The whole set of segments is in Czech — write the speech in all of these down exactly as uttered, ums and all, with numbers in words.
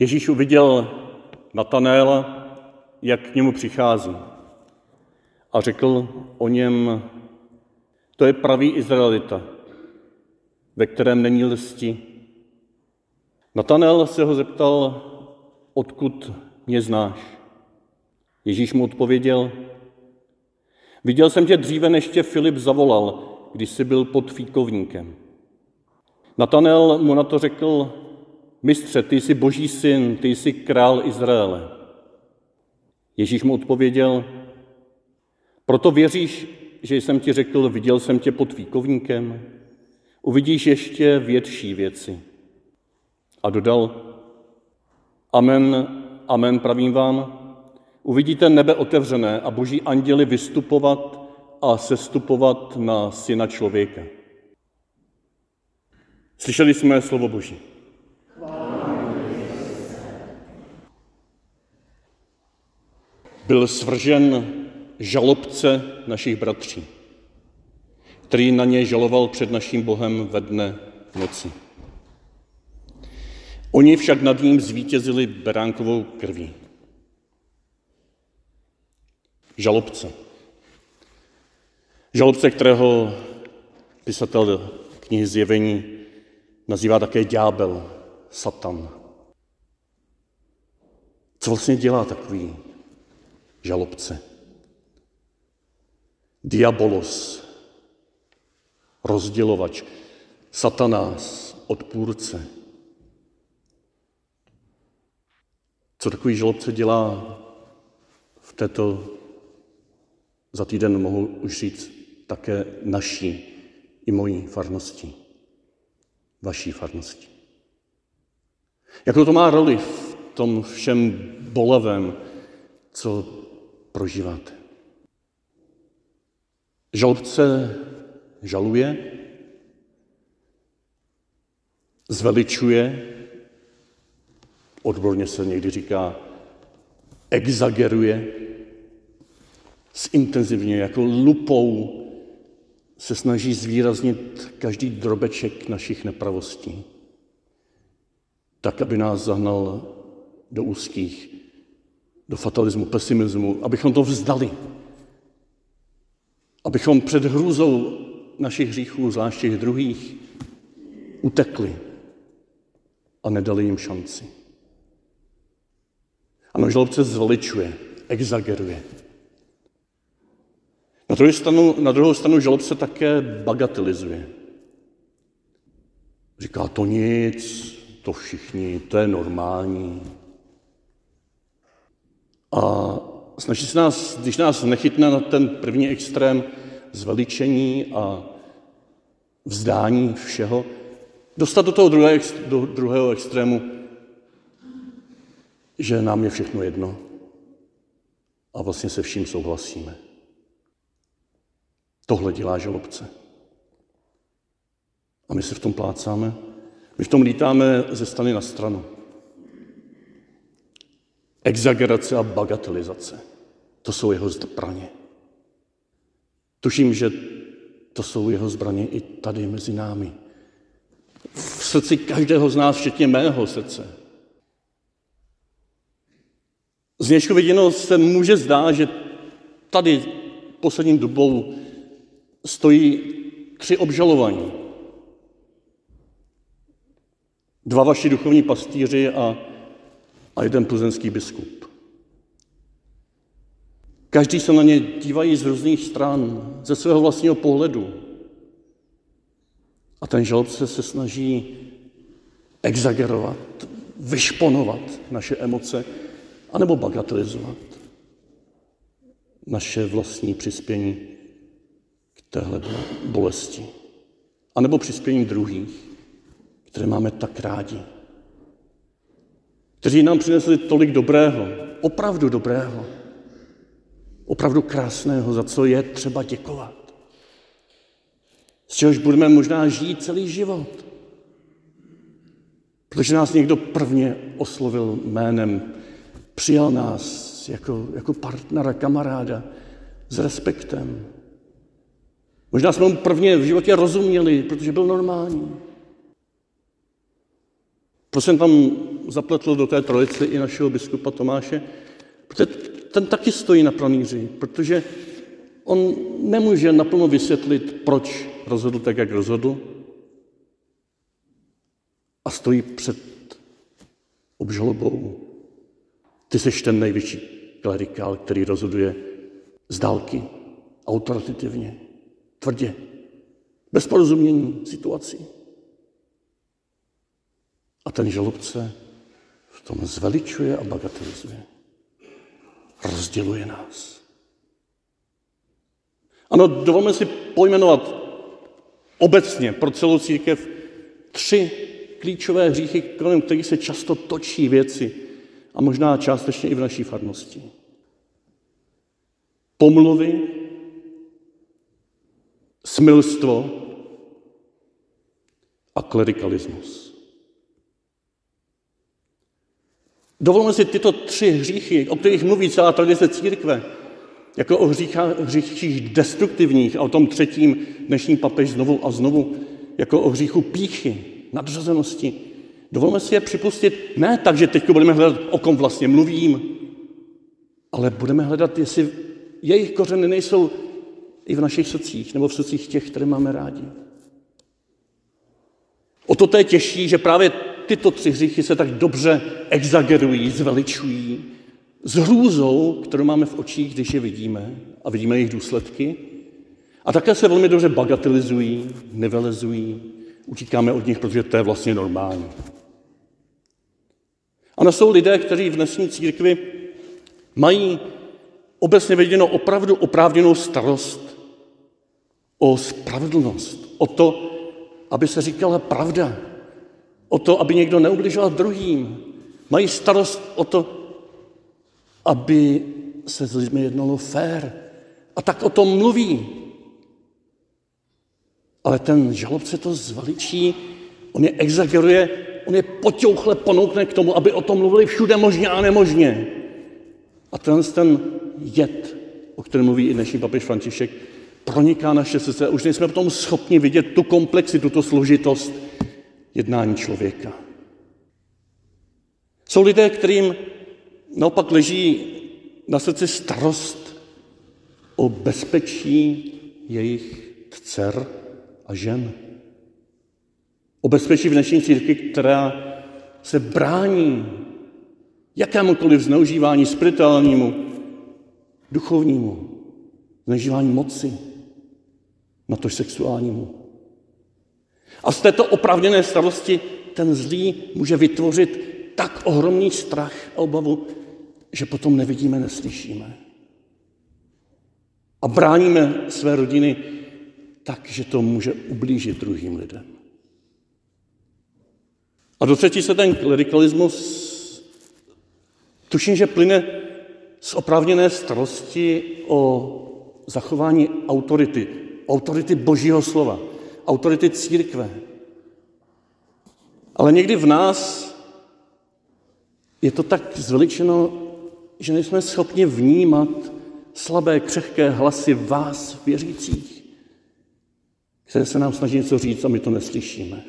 Ježíš uviděl Natanaela, jak k němu přichází, a řekl o něm: to je pravý Izraelita, ve kterém není lsti. Natanael se ho zeptal: odkud mě znáš? Ježíš mu odpověděl: viděl jsem tě dříve, než tě Filip zavolal, když jsi byl pod fíkovníkem. Natanael mu na to řekl: mistře, ty jsi Boží syn, ty jsi král Izraele. Ježíš mu odpověděl: proto věříš, že jsem ti řekl, viděl jsem tě pod fíkovníkem? Uvidíš ještě větší věci. A dodal: amen, amen, pravím vám, uvidíte nebe otevřené a Boží anděli vystupovat a sestupovat na Syna člověka. Slyšeli jsme slovo Boží. Byl svržen žalobce našich bratří, který na ně žaloval před naším Bohem ve dne v noci. Oni však nad ním zvítězili beránkovou krví. Žalobce. Žalobce, kterého pisatel knihy Zjevení nazývá také ďábel, Satan. Co vlastně dělá takový žalobce? Diabolos, rozdělovač, satanás, odpůrce. Co takový žalobce dělá v této, za týden mohu už říct, také naší i mojí farnosti, vaší farnosti. Jakou to má roli v tom všem bolavém, co prožíváte? Žalobce žaluje, zveličuje, odborně se někdy říká exageruje, zintenzivně, jako lupou se snaží zvýraznit každý drobeček našich nepravostí, tak, aby nás zahnal do úzkých, do fatalismu, pesimismu, abychom to vzdali, abychom před hrůzou našich hříchů, zvlášť těch druhých, utekli a nedali jim šanci. Ano, žalobce zveličuje, exageruje. Na druhou stranu, na druhou stranu žalobce také bagatelizuje. Říká, to nic, to všichni, to je normální. A snaží se nás, když nás nechytne na ten první extrém zveličení a vzdání všeho, dostat do toho druhého, do druhého extrému, že nám je všechno jedno a vlastně se vším souhlasíme. Tohle dělá žalobce. A my se v tom plácáme, my v tom lítáme ze strany na stranu. Exagerace a bagatelizace, to jsou jeho zbraně. Tuším, že to jsou jeho zbraně i tady mezi námi. V srdci každého z nás, včetně mého srdce. Zvnějšku viděno se může zdát, že tady poslední dobou stojí tři obžalovaní. Dva vaši duchovní pastýři a, a jeden plzeňský biskup. Každý se na ně dívají z různých stran, ze svého vlastního pohledu. A ten žalobce se snaží exagerovat, vyšponovat naše emoce, anebo bagatelizovat naše vlastní přispění k téhle bolesti. A nebo přispění druhých, které máme tak rádi. Kteří nám přinesli tolik dobrého, opravdu dobrého, opravdu krásného, za co je třeba děkovat. Z čehož budeme možná žít celý život. Protože nás někdo prvně oslovil jménem, přijal nás jako, jako partnera, kamaráda, s respektem. Možná jsme mu prvně v životě rozuměli, protože byl normální. Proč jsem tam zapletl do té trojice i našeho biskupa Tomáše? Protože ten taky stojí na pranýři, protože on nemůže naplno vysvětlit, proč rozhodl tak, jak rozhodl, a stojí před obžalobou. Ty jsi ten největší klerikál, který rozhoduje z dálky, autoritativně, tvrdě, bez porozumění situací. A ten žalobce v tom zveličuje a bagatelizuje. Rozděluje nás. Ano, dovolme si pojmenovat obecně pro celou církev tři klíčové hříchy, kolem kterých se často točí věci a možná částečně i v naší farnosti. Pomluvy, smilstvo a klerikalismus. Dovolme si tyto tři hříchy, o kterých mluví celá tradice církve, jako o hříchích destruktivních, a o tom třetím dnešní papež znovu a znovu, jako o hříchu pýchy, nadřazenosti. Dovolme si je připustit ne tak, že teď budeme hledat, o kom vlastně mluvím, ale budeme hledat, jestli jejich kořeny nejsou i v našich srdcích, nebo v srdcích těch, které máme rádi. O to je těžší, že právě tyto tři hříchy se tak dobře exagerují, zveličují, s hrůzou, kterou máme v očích, když je vidíme a vidíme jejich důsledky. A také se velmi dobře bagatelizují, nivelizují, utíkáme od nich, protože to je vlastně normální. Ano, jsou lidé, kteří v dnešní církvi mají obecně viděno opravdu oprávněnou starost o spravedlnost, o to, aby se říkala pravda, o to, aby někdo neubližoval druhým. Mají starost o to, aby se s lidmi jednalo fér. A tak o tom mluví. Ale ten žalobce to zveličí, on je exageruje, on je poťouchle ponoukne k tomu, aby o tom mluvili všude možně a nemožně. A ten, ten jed, o kterém mluví i dnešní papež František, proniká naše srdce. Už nejsme potom schopni vidět tu komplexitu, tu složitost jednání člověka. Jsou lidé, kterým naopak leží na srdci starost o bezpečí jejich dcer a žen. O bezpečí v dnešní církvi, která se brání jakémukoliv zneužívání spirituálnímu, duchovnímu, zneužívání moci, natož sexuálnímu. A z této oprávněné starosti ten zlý může vytvořit tak ohromný strach a obavu, že potom nevidíme, neslyšíme. A bráníme své rodiny tak, že to může ublížit druhým lidem. A do třetí se ten klerikalismus, tuším, že plyne z oprávněné starosti o zachování autority, autority Božího slova, autority církve. Ale někdy v nás je to tak zveličeno, že nejsme schopni vnímat slabé, křehké hlasy vás, věřících, které se nám snaží něco říct a my to neslyšíme.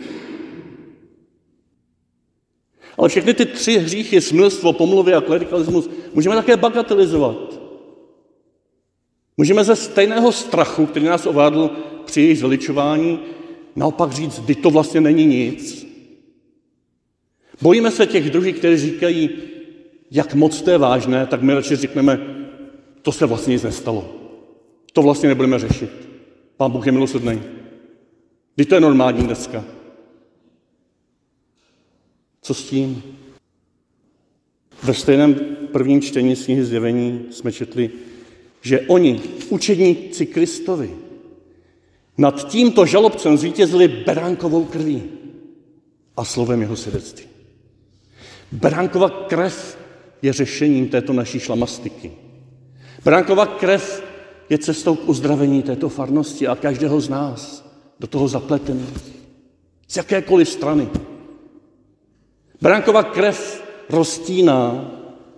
Ale všechny ty tři hříchy, smilstvo, pomluvy a klerikalismus, můžeme také bagatelizovat. Můžeme ze stejného strachu, který nás ovládl při jejich zveličování, naopak říct, že to vlastně není nic. Bojíme se těch druhých, kteří říkají, jak moc to je vážné, tak my radši řekneme, to se vlastně nic nestalo. To vlastně nebudeme řešit. Pán Bůh je milosrdný. Vždyť to je normální dneska. Co s tím? Ve stejném prvním čtení z knihy Zjevení jsme četli, že oni, učedníci Kristovi, nad tímto žalobcem zvítězili beránkovou krví a slovem jeho svědectví. Beránkova krev je řešením této naší šlamastiky. Beránkova krev je cestou k uzdravení této farnosti a každého z nás do toho zapletených. Z jakékoliv strany. Beránkova krev roztíná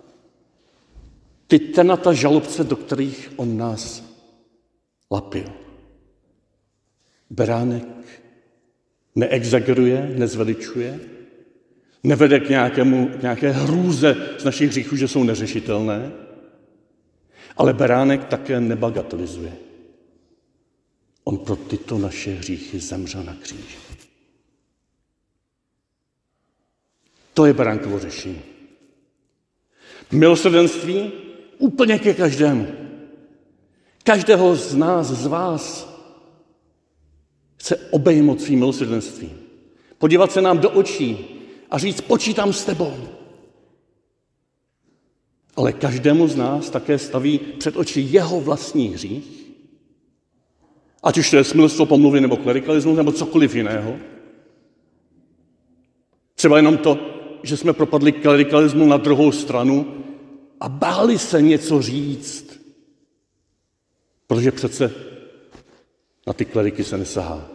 ty tenata žalobce, do kterých on nás lapil. Beránek neexageruje, nezveličuje, Nevede k, nějakému, k nějaké hrůze z našich hříchů, že jsou neřešitelné, ale beránek také nebagatelizuje. On pro tyto naše hříchy zemřel na kříži. To je beránkovo řešení. Milosrdenství úplně ke každému. Každého z nás, z vás chce obejmout svým milosrdenstvím. Podívat se nám do očí a říct, počítám s tebou. Ale každému z nás také staví před oči jeho vlastní hřích. Ať už to je smilstvo, pomluvy nebo klerikalismus nebo cokoliv jiného. Třeba jenom to, že jsme propadli klerikalismu na druhou stranu a báli se něco říct. Protože přece na ty kleriky se nesahá.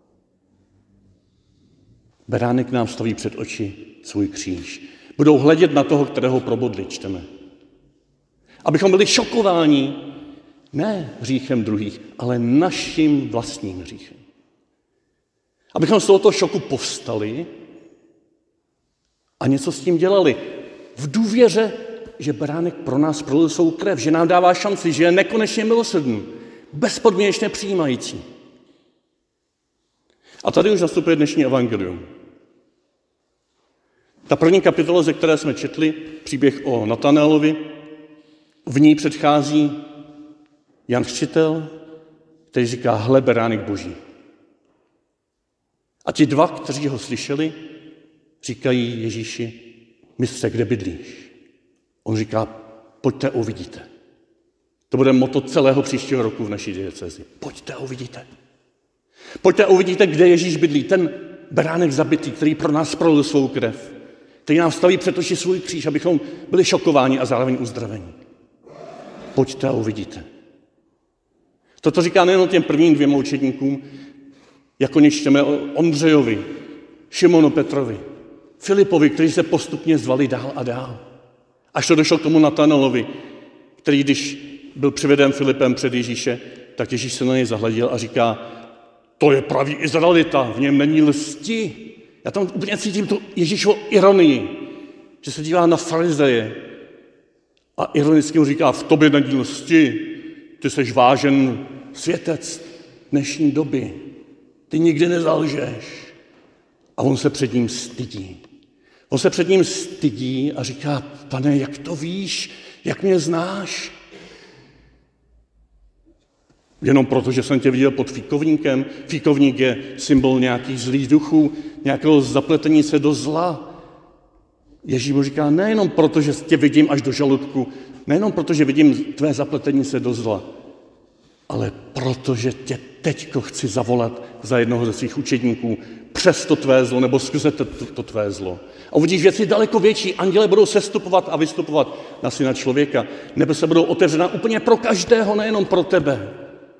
Beránek nám staví před oči svůj kříž. Budou hledět na toho, kterého probodli, čteme. Abychom byli šokováni ne hříchem druhých, ale naším vlastním hříchem. Abychom z tohoto šoku povstali a něco s tím dělali. V důvěře, že beránek pro nás prolil svou krev, že nám dává šanci, že je nekonečně milosrdný, bezpodmínečně přijímající. A tady už nastupuje dnešní evangelium. Ta první kapitola, ze které jsme četli, příběh o Natanélovi, v ní předchází Jan Křtitel, který říká, hle, beránek Boží. A ti dva, kteří ho slyšeli, říkají Ježíši, mistře, kde bydlíš? On říká, pojďte a uvidíte. To bude motto celého příštího roku v naší diecézi. Pojďte a uvidíte. Pojďte a uvidíte, kde Ježíš bydlí. Ten beránek zabitý, který pro nás prolil svou krev. Který nám staví před oči svůj kříž, abychom byli šokováni a zároveň uzdraveni. Pojďte a uvidíte. Toto říká nejen těm prvním dvěma učedníkům, jako něž čteme o Ondřejovi, Šimonu Petrovi, Filipovi, kteří se postupně zvali dál a dál. Až to došlo k tomu Natanélovi, který, když byl přiveden Filipem před Ježíše, tak Ježíš se na něj zahleděl a říká, to je pravý Izraelita, v něm není lsti. Já tam úplně cítím tu Ježíšovu ironii, že se dívá na farizeje a ironicky mu říká, v tobě není lsti, ty seš vážen světec dnešní doby, ty nikdy nezalžeš. A on se před ním stydí. On se před ním stydí a říká, pane, jak to víš, jak mě znáš? Jenom proto, že jsem tě viděl pod fíkovníkem. Fíkovník je symbol nějakých zlých duchů, nějakého zapletení se do zla. Ježíš mu říká, nejenom proto, že tě vidím až do žaludku, nejenom proto, že vidím tvé zapletení se do zla, ale proto, že tě teďko chci zavolat za jednoho ze svých učedníků přes to tvé zlo, nebo skrze to, to, to tvé zlo. A uvidíš věci daleko větší. Anděle budou sestupovat a vystupovat na syna člověka. Nebe se budou otevřena úplně pro každého, nejenom pro tebe.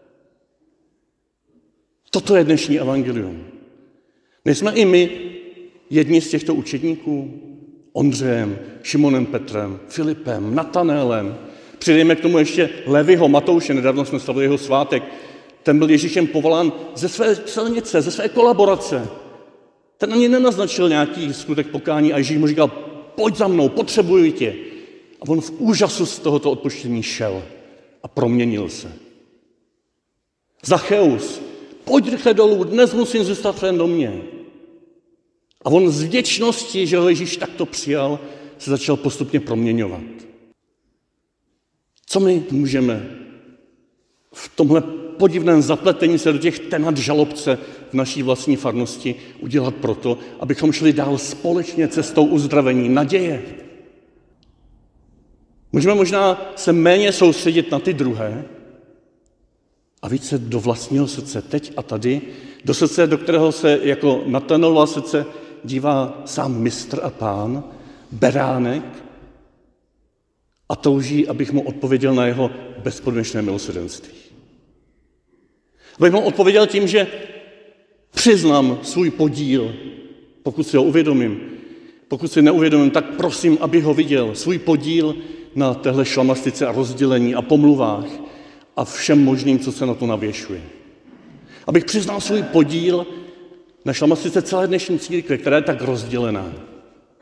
Toto je dnešní evangelium. Nejsme i my jedni z těchto učedníků? Ondřejem, Šimonem Petrem, Filipem, Natanélem. Přidejme k tomu ještě Leviho, Matouše, nedávno jsme slavili jeho svátek. Ten byl Ježíšem povolán ze své silnice, ze své kolaborace. Ten ani nenaznačil nějaký skutek pokání a Ježíš mu říkal, pojď za mnou, potřebuji tě. A on v úžasu z tohoto odpuštění šel a proměnil se. Zacheus, pojď rychle dolů, dnes musím zůstat v tvém domě. A on z vděčnosti, že ho Ježíš takto přijal, se začal postupně proměňovat. Co my můžeme v tomhle podivném zapletení se do těch tenat žalobce v naší vlastní farnosti udělat proto, abychom šli dál společně cestou uzdravení, naděje? Můžeme možná se méně soustředit na ty druhé a více do vlastního srdce, teď a tady, do srdce, do kterého se jako Natanélova srdce dívá sám mistr a pán, beránek, a touží, abych mu odpověděl na jeho bezpodmínečné milosrdenství. Abych mu odpověděl tím, že přiznám svůj podíl, pokud si ho uvědomím. Pokud si neuvědomím, tak prosím, abych ho viděl, svůj podíl na téhle šlamastice a rozdělení a pomluvách a všem možným, co se na to navěšuje. Abych přiznal svůj podíl na šlamastice celé dnešní církve, která je tak rozdělená.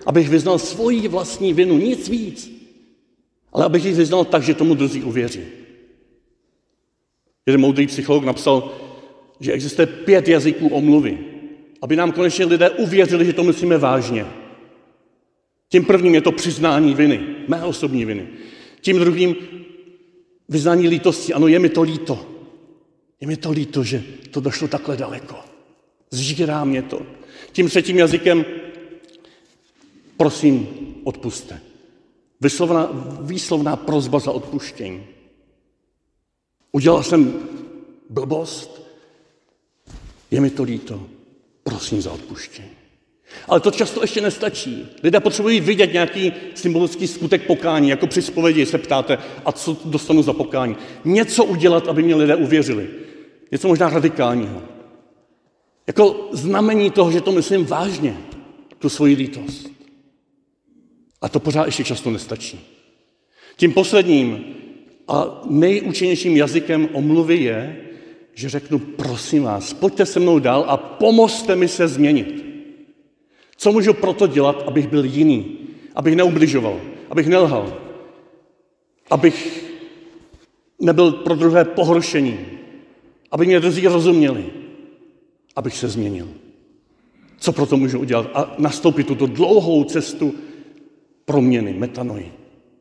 Abych vyznal svoji vlastní vinu, nic víc. Ale abych ji vyznal tak, že tomu druzí uvěří. Jeden moudrý psycholog napsal, že existuje pět jazyků omluvy, aby nám konečně lidé uvěřili, že to myslíme vážně. Tím prvním je to přiznání viny, mé osobní viny. Tím druhým vyznání lítosti. Ano, je mi to líto. Je mi to líto, že to došlo takhle daleko. Zžírá mě to. Tím třetím jazykem, prosím, odpusťte. Vyslovná, výslovná prosba za odpuštění. Udělal jsem blbost, je mi to líto, prosím za odpuštění. Ale to často ještě nestačí. Lidé potřebují vidět nějaký symbolický skutek pokání, jako při zpovědi se ptáte, a co dostanu za pokání. Něco udělat, aby mě lidé uvěřili. Něco možná radikálního. Jako znamení toho, že to myslím vážně, tu svoji lítost. A to pořád ještě často nestačí. Tím posledním a nejúčinnějším jazykem omluvy je, že řeknu, prosím vás, pojďte se mnou dál a pomozte mi se změnit. Co můžu proto dělat, abych byl jiný, abych neubližoval, abych nelhal, abych nebyl pro druhé pohoršení, aby mě druzí rozuměli, abych se změnil. Co proto můžu udělat? A nastoupit tuto dlouhou cestu proměny, metanoji.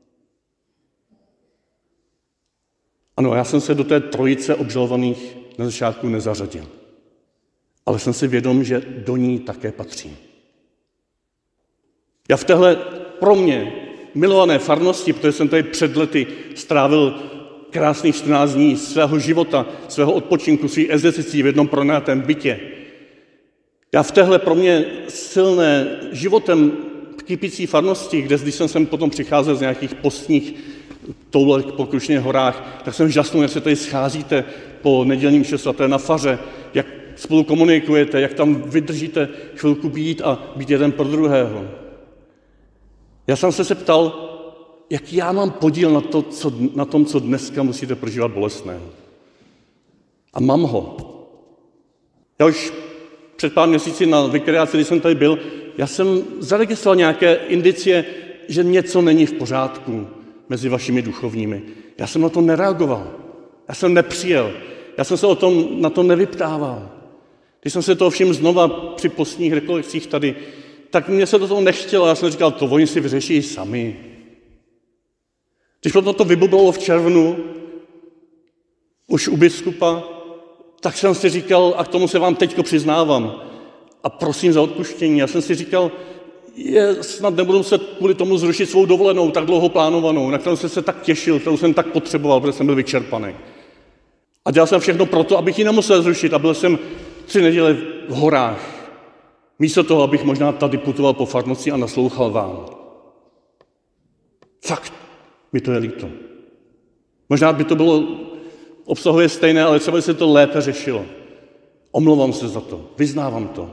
Ano, já jsem se do té trojice obžalovaných na začátku nezařadil, ale jsem si vědom, že do ní také patřím. Já v téhle pro mě milované farnosti, protože jsem tady před lety strávil krásných čtrnáct dní svého života, svého odpočinku, svých exercicí v jednom pronajatém bytě. Já v téhle pro mě silné životem kypící farnosti, kde když jsem sem potom přicházel z nějakých postních toulek po Krušných horách, tak jsem žasnul, jak se tady scházíte po nedělním mši svaté na faře, jak spolu komunikujete, jak tam vydržíte chvilku být a být jeden pro druhého. Já jsem se ptal, jaký já mám podíl na, to, co, na tom, co dneska musíte prožívat bolestného. A mám ho. Já už před pár měsíci na vikariáci, když jsem tady byl, já jsem zaregistroval nějaké indicie, že něco není v pořádku mezi vašimi duchovními. Já jsem na to nereagoval. Já jsem nepřijel. Já jsem se o tom, na to nevyptával. Když jsem se toho všiml znova při postních rekolekcích tady, tak mě se do toho nechtělo. Já jsem říkal, to oni si vyřeší sami. Když potom to vybublalo v červnu, už u biskupa, tak jsem si říkal, a k tomu se vám teďko přiznávám, a prosím za odpuštění, já jsem si říkal, je, snad nebudu muset kvůli tomu zrušit svou dovolenou, tak dlouho plánovanou, na kterou jsem se tak těšil, kterou jsem tak potřeboval, protože jsem byl vyčerpaný. A dělal jsem všechno proto, abych ji nemusel zrušit a byl jsem tři neděle v horách. Místo toho, abych možná tady putoval po farnosti a naslouchal vám. Fakt, mi to je líto. Možná by to bylo obsahově stejné, ale třeba by se to lépe řešilo. Omlouvám se za to, vyznávám to.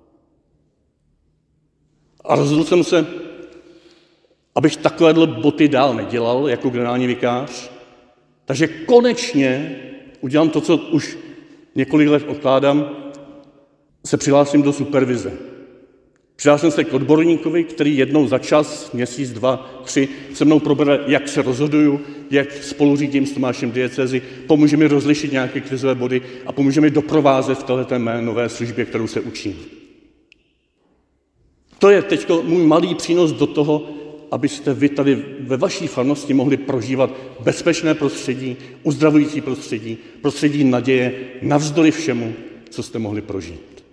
A rozhodl jsem se, abych takovéhle boty dál nedělal jako generální vikář. Takže konečně udělám to, co už několik let odkládám, se přihlásím do supervize. Přihlásím se k odborníkovi, který jednou za čas, měsíc, dva, tři, se mnou probere, jak se rozhoduju, jak spolu řídím s Tomášem diecézi, pomůže mi rozlišit nějaké krizové body a pomůže mi doprovázet v této mé nové službě, kterou se učím. To je teď můj malý přínos do toho, abyste vy tady ve vaší farnosti mohli prožívat bezpečné prostředí, uzdravující prostředí, prostředí naděje, navzdory všemu, co jste mohli prožít.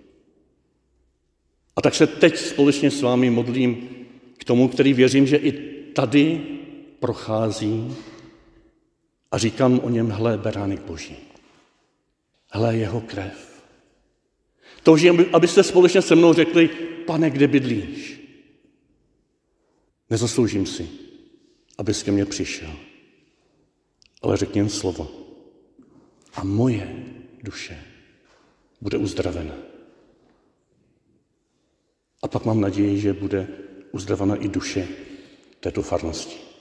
A tak se teď společně s vámi modlím k tomu, který věřím, že i tady prochází a říkám o něm, hle, beránek Boží, hle, jeho krev. To, že abyste společně se mnou řekli, Pane, kde bydlíš? Nezasloužím si, abys ke mně přišel, ale řekni jen slovo. A moje duše bude uzdravena. A pak mám naději, že bude uzdravena i duše této farnosti.